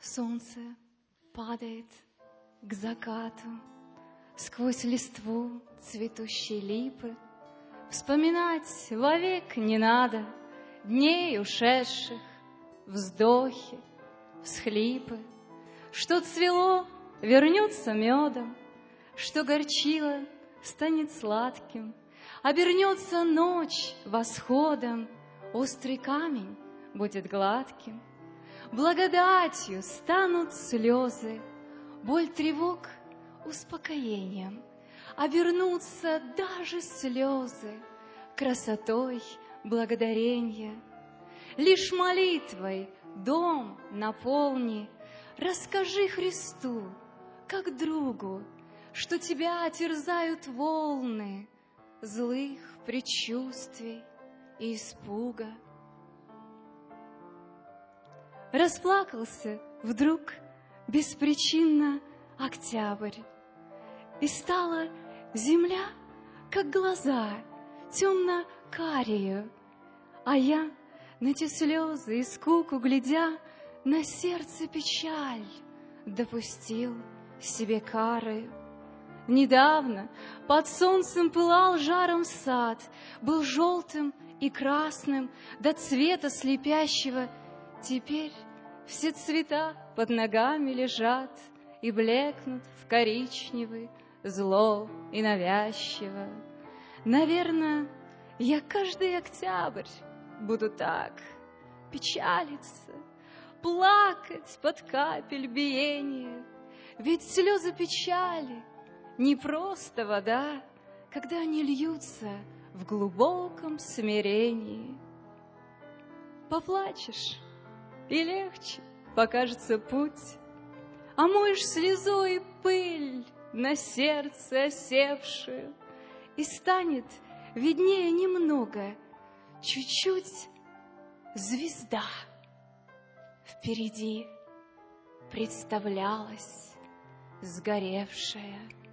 Солнце падает к закату сквозь листву цветущей липы. Вспоминать вовек не надо дней ушедших, вздохи, всхлипы. Что цвело, вернется медом, что горчило, станет сладким. Обернется ночь восходом, острый камень будет гладким. Благодатью станут слезы, боль тревог успокоением. Обернутся даже слезы красотой благодаренья. Лишь молитвой дом наполни, расскажи Христу, как другу, что тебя терзают волны злых предчувствий и испуга. Расплакался вдруг беспричинно октябрь, и стала земля, как глаза, темно-карию, а я, на те слезы и скуку глядя, на сердце печаль допустил себе карою. Недавно под солнцем пылал жаром сад, был желтым и красным до цвета слепящего. Теперь все цвета под ногами лежат и блекнут в коричневый, зло и навязчиво. Наверное, я каждый октябрь буду так печалиться, плакать под капель биения. Ведь слезы печали не просто вода, когда они льются в глубоком смирении. Поплачешь, и легче покажется путь, омоешь слезой пыль на сердце осевшую, и станет виднее немного, чуть-чуть звезда впереди представлялась сгоревшая.